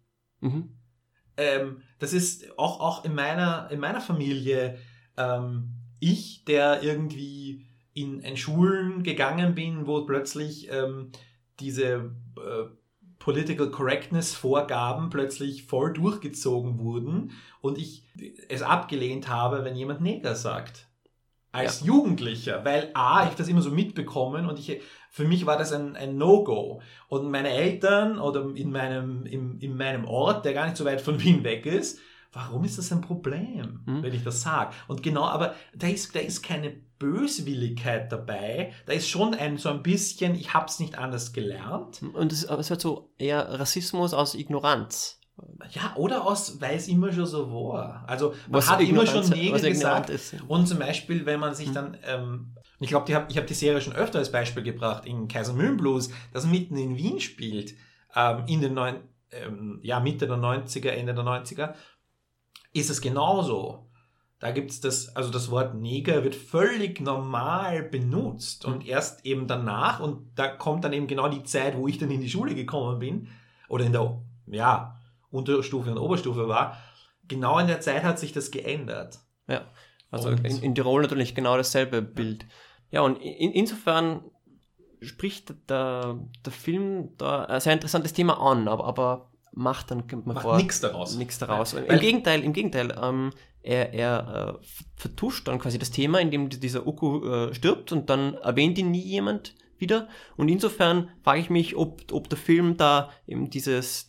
[SPEAKER 2] Das ist auch in meiner Familie, ich, der irgendwie in Schulen gegangen bin, wo plötzlich diese Political Correctness Vorgaben plötzlich voll durchgezogen wurden und ich es abgelehnt habe, wenn jemand Neger sagt. Als Jugendlicher, weil ich das immer so mitbekommen und für mich war das ein No-Go. Und meine Eltern oder in meinem Ort, der gar nicht so weit von Wien weg ist, warum ist das ein Problem, wenn ich das sage? Und genau, aber da ist keine Böswilligkeit dabei, da ist schon so ein bisschen, ich hab's nicht anders gelernt.
[SPEAKER 3] Und es wird so eher Rassismus aus Ignoranz.
[SPEAKER 2] Ja, oder weil es immer schon so war. Also man hat immer schon Neger gesagt. Und zum Beispiel, wenn man sich dann, ich glaube, ich habe die Serie schon öfter als Beispiel gebracht, in Kaisermühlenblues, das mitten in Wien spielt, in den Mitte der 90er, Ende der 90er, ist es genauso. Da gibt es das Wort Neger wird völlig normal benutzt und erst eben danach, und da kommt dann eben genau die Zeit, wo ich dann in die Schule gekommen bin oder in der Unterstufe und Oberstufe war, genau in der Zeit hat sich das geändert.
[SPEAKER 3] Ja, also in Tirol natürlich genau dasselbe Bild. Ja, und insofern spricht der Film da ein sehr interessantes Thema an, aber macht
[SPEAKER 2] nichts daraus.
[SPEAKER 3] Im Gegenteil, er vertuscht dann quasi das Thema, indem dieser Uku stirbt und dann erwähnt ihn nie jemand wieder. Und insofern frage ich mich, ob der Film da eben dieses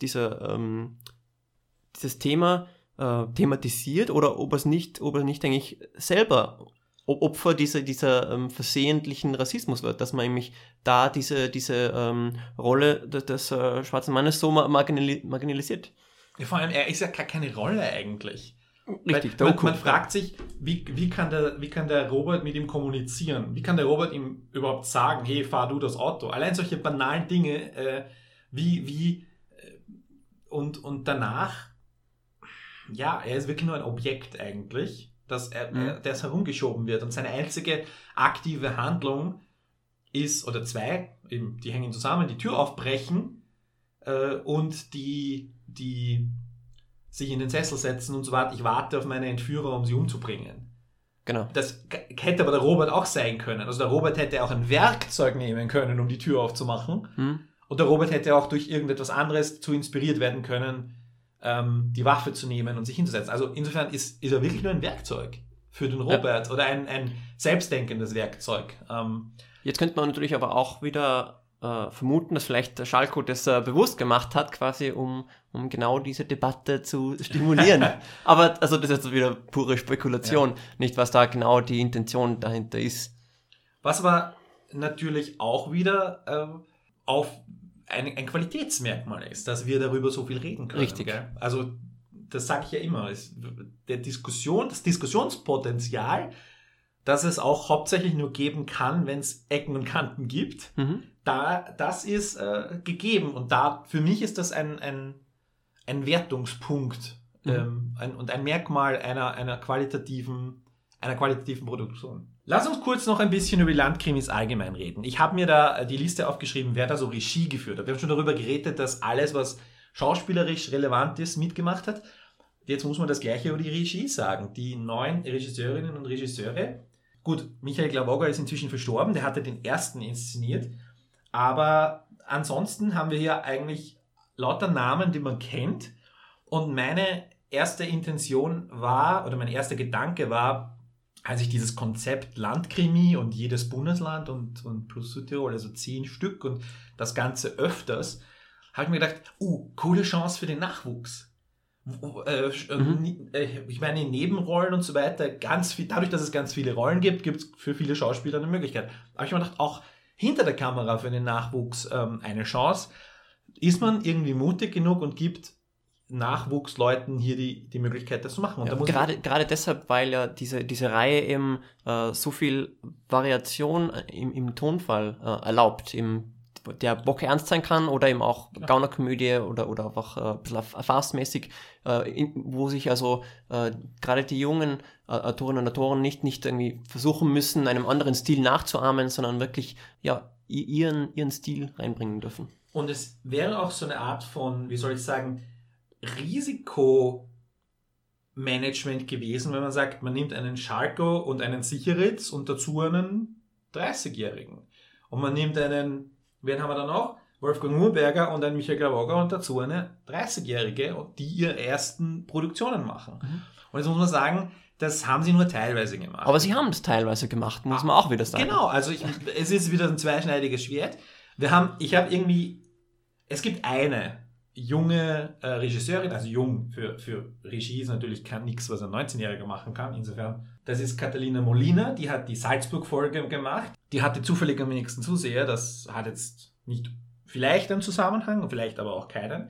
[SPEAKER 3] Thema thematisiert oder ob er nicht eigentlich selber Opfer dieser versehentlichen Rassismus wird, dass man nämlich da diese Rolle des schwarzen Mannes so marginalisiert.
[SPEAKER 2] Ja, vor allem, er ist ja gar keine Rolle eigentlich.
[SPEAKER 3] Richtig,
[SPEAKER 2] man fragt sich, wie kann der Robert mit ihm kommunizieren? Wie kann der Robert ihm überhaupt sagen, hey, fahr du das Auto? Allein solche banalen Dinge, und danach, er ist wirklich nur ein Objekt eigentlich, dass das herumgeschoben wird. Und seine einzige aktive Handlung ist, oder zwei, eben, die hängen zusammen, die Tür aufbrechen und die sich in den Sessel setzen und so weiter. Ich warte auf meine Entführer, um sie umzubringen.
[SPEAKER 3] Genau.
[SPEAKER 2] Das hätte aber der Robert auch sein können. Also der Robert hätte auch ein Werkzeug nehmen können, um die Tür aufzumachen. Und der Robert hätte auch durch irgendetwas anderes zu inspiriert werden können, die Waffe zu nehmen und sich hinzusetzen. Also insofern ist er wirklich nur ein Werkzeug für den Robert oder ein selbstdenkendes Werkzeug.
[SPEAKER 3] Jetzt könnte man natürlich aber auch wieder vermuten, dass vielleicht der Schalko das bewusst gemacht hat, quasi um genau diese Debatte zu stimulieren. Aber also das ist jetzt wieder pure Spekulation, nicht was da genau die Intention dahinter ist.
[SPEAKER 2] Was aber natürlich auch wieder auf ein Qualitätsmerkmal ist, dass wir darüber so viel reden können.
[SPEAKER 3] Richtig.
[SPEAKER 2] Gell? Also das sage ich ja immer, das Diskussionspotenzial, das es auch hauptsächlich nur geben kann, wenn es Ecken und Kanten gibt, das ist gegeben. Und für mich ist das ein Wertungspunkt und ein Merkmal einer qualitativen einer qualitativen Produktion. Lass uns kurz noch ein bisschen über die Landkrimis allgemein reden. Ich habe mir da die Liste aufgeschrieben, wer da so Regie geführt hat. Wir haben schon darüber geredet, dass alles, was schauspielerisch relevant ist, mitgemacht hat. Jetzt muss man das Gleiche über die Regie sagen. Die 9 Regisseurinnen und Regisseure. Gut, Michael Glavoga ist inzwischen verstorben, der hatte den ersten inszeniert. Aber ansonsten haben wir hier eigentlich lauter Namen, die man kennt. Und meine erste Intention war, oder mein erster Gedanke war, als ich dieses Konzept Landkrimi und jedes Bundesland und plus Südtirol, also 10 Stück und das Ganze öfters, habe ich mir gedacht, coole Chance für den Nachwuchs. Ich meine, in Nebenrollen und so weiter, ganz viel, dadurch, dass es ganz viele Rollen gibt, gibt es für viele Schauspieler eine Möglichkeit. Aber ich habe mir gedacht, auch hinter der Kamera für den Nachwuchs eine Chance. Ist man irgendwie mutig genug und gibt Nachwuchsleuten hier die Möglichkeit, das zu machen. Und
[SPEAKER 3] ja, gerade deshalb, weil ja diese Reihe eben so viel Variation im Tonfall erlaubt, der bock ernst sein kann oder eben auch Gaunerkomödie oder einfach ein bisschen farcemäßig, wo sich also gerade die jungen Autorinnen und Autoren nicht irgendwie versuchen müssen, einem anderen Stil nachzuahmen, sondern wirklich ihren Stil reinbringen dürfen.
[SPEAKER 2] Und es wäre auch so eine Art von, wie soll ich sagen, Risikomanagement gewesen, wenn man sagt, man nimmt einen Schalko und einen Sicheritz und dazu einen 30-Jährigen. Und man nimmt einen, wen haben wir da noch? Wolfgang Urberger und einen Michael Glavoga und dazu eine 30-Jährige, die ihre ersten Produktionen machen. Mhm. Und jetzt muss man sagen, das haben sie nur teilweise gemacht.
[SPEAKER 3] Aber sie haben es teilweise gemacht, muss man auch wieder sagen.
[SPEAKER 2] Genau, also es ist wieder ein zweischneidiges Schwert. Es gibt eine junge Regisseurin, also jung für Regie ist natürlich nichts, was ein 19-Jähriger machen kann. Insofern, das ist Catalina Molina, die hat die Salzburg-Folge gemacht. Die hatte zufällig am wenigsten Zuseher, das hat jetzt nicht vielleicht einen Zusammenhang, vielleicht aber auch keinen.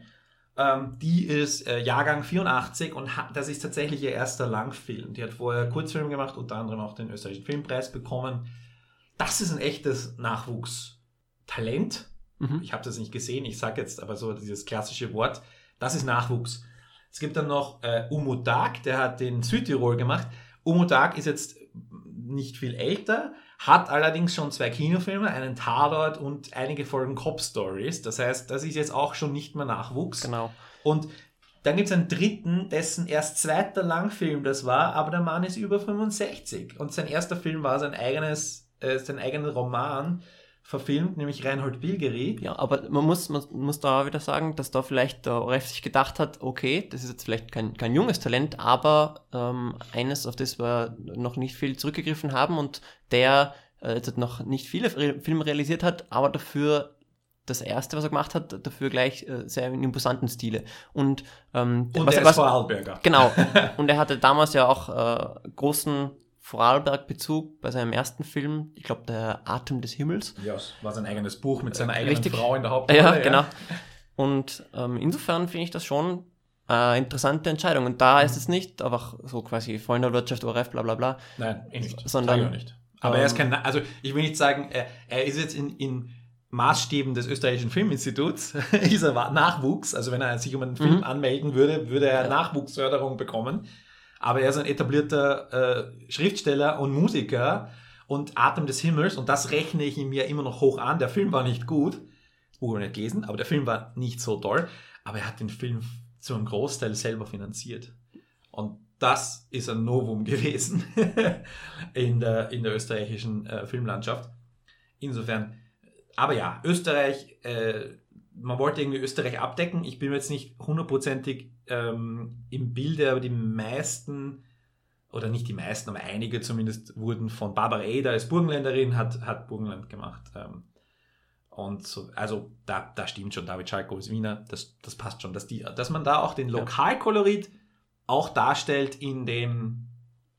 [SPEAKER 2] Die ist Jahrgang 84 und das ist tatsächlich ihr erster Langfilm. Die hat vorher Kurzfilm gemacht, unter anderem auch den österreichischen Filmpreis bekommen. Das ist ein echtes Nachwuchstalent. Ich habe das nicht gesehen, ich sage jetzt aber so dieses klassische Wort, das ist Nachwuchs. Es gibt dann noch Umut Dag, der hat den Südtirol gemacht. Umut Dag ist jetzt nicht viel älter, hat allerdings schon 2 Kinofilme, einen Tatort und einige Folgen Cop Stories. Das heißt, das ist jetzt auch schon nicht mehr Nachwuchs.
[SPEAKER 3] Genau.
[SPEAKER 2] Und dann gibt es einen dritten, dessen erst 2. Langfilm das war, aber der Mann ist über 65. Und sein erster Film war sein eigener Roman, verfilmt, nämlich Reinhold Bilgeri.
[SPEAKER 3] Ja, aber man muss da wieder sagen, dass da vielleicht der ORF sich gedacht hat, okay, das ist jetzt vielleicht kein junges Talent, aber eines, auf das wir noch nicht viel zurückgegriffen haben und der jetzt noch nicht viele Filme realisiert hat, aber dafür das erste, was er gemacht hat, dafür gleich sehr in imposanten Stile. Und
[SPEAKER 2] er ist Vorarlberger.
[SPEAKER 3] Genau. Und er hatte damals ja auch großen Vorarlberg-Bezug bei seinem ersten Film, ich glaube, der Atem des Himmels.
[SPEAKER 2] Ja, es war sein eigenes Buch mit seiner eigenen Frau in der Hauptrolle.
[SPEAKER 3] Ja, genau. Und insofern finde ich das schon eine interessante Entscheidung. Und da ist es nicht einfach so quasi Freunde-Wirtschaft, ORF, bla bla bla.
[SPEAKER 2] Nein, nicht.
[SPEAKER 3] Sondern,
[SPEAKER 2] nicht. Aber er ist also ich will nicht sagen, er ist jetzt in Maßstäben des österreichischen Filminstituts, ist er Nachwuchs. Also wenn er sich um einen Film anmelden würde er Nachwuchsförderung bekommen. Aber er ist ein etablierter Schriftsteller und Musiker und Atem des Himmels und das rechne ich ihm ja immer noch hoch an. Der Film war nicht gut, das Buch habe ich nicht gelesen, aber der Film war nicht so toll, aber er hat den Film zu einem Großteil selber finanziert. Und das ist ein Novum gewesen in der österreichischen Filmlandschaft. Insofern, aber ja, Österreich, man wollte irgendwie Österreich abdecken. Ich bin mir jetzt nicht hundertprozentig im Bilde, aber die meisten, oder nicht die meisten, aber einige zumindest, wurden von Barbara Eder als Burgenländerin, hat Burgenland gemacht. Und so, also da stimmt schon, David Schalko ist Wiener, das passt schon, dass man da auch den Lokalkolorit auch darstellt in den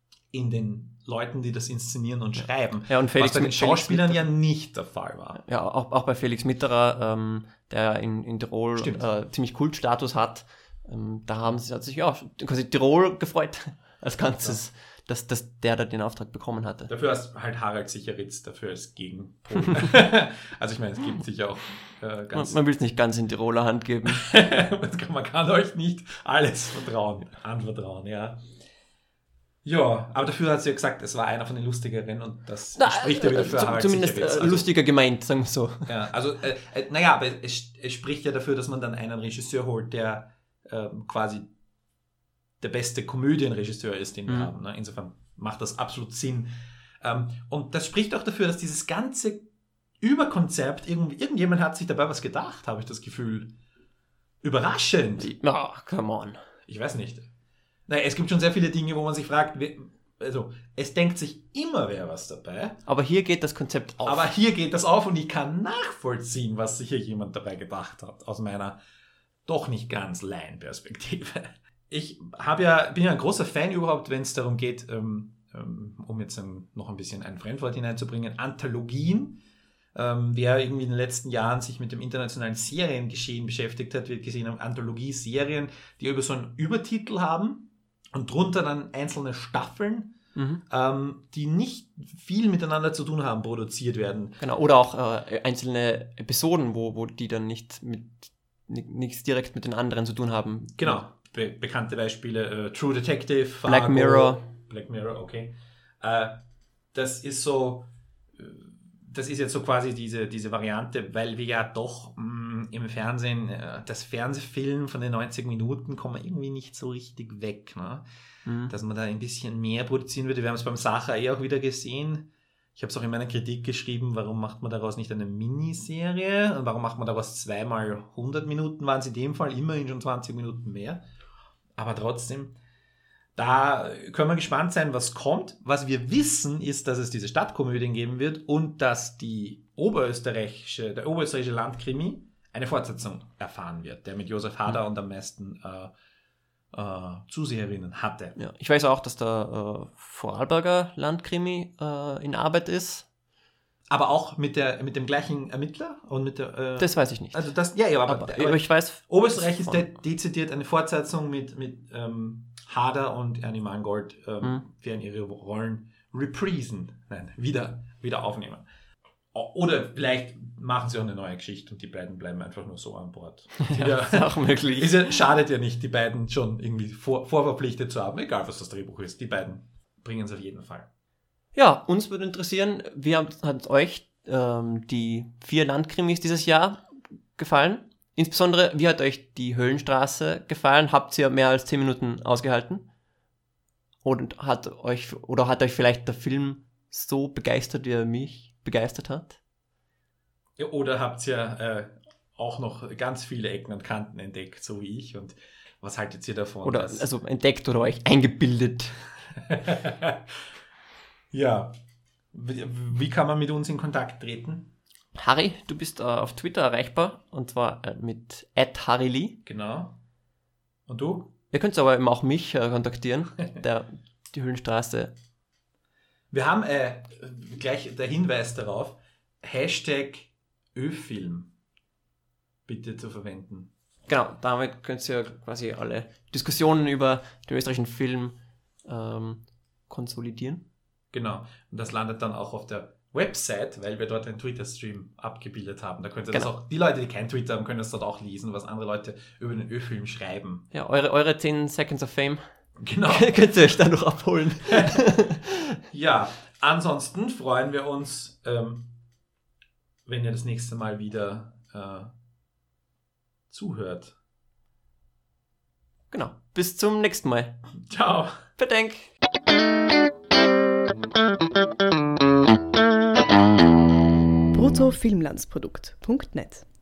[SPEAKER 2] Leuten, die das inszenieren und schreiben.
[SPEAKER 3] Ja, und
[SPEAKER 2] was bei den Schauspielern ja nicht der Fall war.
[SPEAKER 3] Ja, auch bei Felix Mitterer, der in Tirol ziemlich Kultstatus hat, da hat sich ja quasi Tirol gefreut als Ganzes, dass der da den Auftrag bekommen hatte.
[SPEAKER 2] Dafür ist halt Harald Sicheritz dafür als Gegenpol. Also ich meine, es gibt sicher auch ganz...
[SPEAKER 3] Man will es nicht ganz in Tiroler Hand geben.
[SPEAKER 2] Man kann euch nicht alles anvertrauen, ja. Ja, aber dafür hat sie ja gesagt, es war einer von den lustigeren und das spricht ja wieder für Harald
[SPEAKER 3] zumindest
[SPEAKER 2] Sicherwitz.
[SPEAKER 3] lustiger gemeint, sagen wir so.
[SPEAKER 2] Ja, also, naja, aber es spricht ja dafür, dass man dann einen Regisseur holt, der quasi der beste Komödienregisseur ist, den wir haben. Ne? Insofern macht das absolut Sinn. Und das spricht auch dafür, dass dieses ganze Überkonzept, irgendjemand hat sich dabei was gedacht, habe ich das Gefühl. Überraschend.
[SPEAKER 3] Come on.
[SPEAKER 2] Ich weiß nicht. Naja, es gibt schon sehr viele Dinge, wo man sich fragt, also es denkt sich immer wer was dabei.
[SPEAKER 3] Aber hier geht das Konzept auf.
[SPEAKER 2] Aber hier geht das auf und ich kann nachvollziehen, was sich hier jemand dabei gedacht hat, aus meiner doch nicht ganz Laienperspektive. Ich bin ja ein großer Fan überhaupt, wenn es darum geht, um jetzt noch ein bisschen ein Fremdwort hineinzubringen, Anthologien. Wer irgendwie in den letzten Jahren sich mit dem internationalen Seriengeschehen beschäftigt hat, wird gesehen haben, Anthologie-Serien, die über so einen Übertitel haben und drunter dann einzelne Staffeln, die nicht viel miteinander zu tun haben, produziert werden.
[SPEAKER 3] Genau, oder auch einzelne Episoden, wo die dann nichts direkt mit den anderen zu tun haben.
[SPEAKER 2] Genau, bekannte Beispiele, True Detective, Fargo,
[SPEAKER 3] Black Mirror.
[SPEAKER 2] Black Mirror, okay. Das ist jetzt so quasi diese Variante, weil wir ja doch im Fernsehen, das Fernsehfilm von den 90 Minuten kommen irgendwie nicht so richtig weg, ne? Dass man da ein bisschen mehr produzieren würde. Wir haben es beim Sacha auch wieder gesehen. Ich habe es auch in meiner Kritik geschrieben, warum macht man daraus nicht eine Miniserie? Und warum macht man daraus 2x 100 Minuten? Waren es in dem Fall immerhin schon 20 Minuten mehr. Aber trotzdem, da können wir gespannt sein, was kommt. Was wir wissen, ist, dass es diese Stadtkomödien geben wird und dass der oberösterreichische Landkrimi eine Fortsetzung erfahren wird, der mit Josef Hader und am meisten Zuseherinnen hatte.
[SPEAKER 3] Ja, ich weiß auch, dass der Vorarlberger Landkrimi in Arbeit ist.
[SPEAKER 2] Aber auch mit dem gleichen Ermittler? Und mit der,
[SPEAKER 3] das weiß ich nicht.
[SPEAKER 2] Also das, ja, aber
[SPEAKER 3] ich weiß.
[SPEAKER 2] Oberösterreich ist dezidiert eine Fortsetzung mit Hader und Ernie Mangold werden ihre Rollen wieder aufnehmen. Oder vielleicht machen sie auch eine neue Geschichte und die beiden bleiben einfach nur so an Bord.
[SPEAKER 3] Ja, ist auch möglich.
[SPEAKER 2] Schadet ja nicht, die beiden schon irgendwie vorverpflichtet zu haben, egal was das Drehbuch ist. Die beiden bringen es auf jeden Fall.
[SPEAKER 3] Ja, uns würde interessieren, wie hat euch die 4 Landkrimis dieses Jahr gefallen? Insbesondere, wie hat euch die Höhlenstraße gefallen? Habt ihr mehr als 10 Minuten ausgehalten? Und hat euch vielleicht der Film so begeistert, wie er mich begeistert hat?
[SPEAKER 2] Ja, oder habt ihr auch noch ganz viele Ecken und Kanten entdeckt, so wie ich? Und was haltet ihr davon?
[SPEAKER 3] Oder also entdeckt oder euch eingebildet?
[SPEAKER 2] Ja. Wie kann man mit uns in Kontakt treten?
[SPEAKER 3] Harry, du bist auf Twitter erreichbar und zwar mit @harrylee.
[SPEAKER 2] Genau. Und du?
[SPEAKER 3] Ihr könnt aber eben auch mich kontaktieren, die Höhlenstraße.
[SPEAKER 2] Wir haben gleich der Hinweis darauf, #Öfilm bitte zu verwenden.
[SPEAKER 3] Genau, damit könnt ihr quasi alle Diskussionen über den österreichischen Film konsolidieren.
[SPEAKER 2] Genau, und das landet dann auch auf der Website, weil wir dort einen Twitter-Stream abgebildet haben. Da könnt ihr das auch, die Leute, die kein Twitter haben, können das dort auch lesen, was andere Leute über den Ö-Film schreiben.
[SPEAKER 3] Ja, eure 10 Seconds of Fame.
[SPEAKER 2] Genau.
[SPEAKER 3] Könnt ihr euch da noch abholen.
[SPEAKER 2] Ja, ansonsten freuen wir uns, wenn ihr das nächste Mal wieder zuhört.
[SPEAKER 3] Genau, bis zum nächsten Mal.
[SPEAKER 2] Ciao.
[SPEAKER 3] Bedenk.
[SPEAKER 1] bruttofilmlandsprodukt.net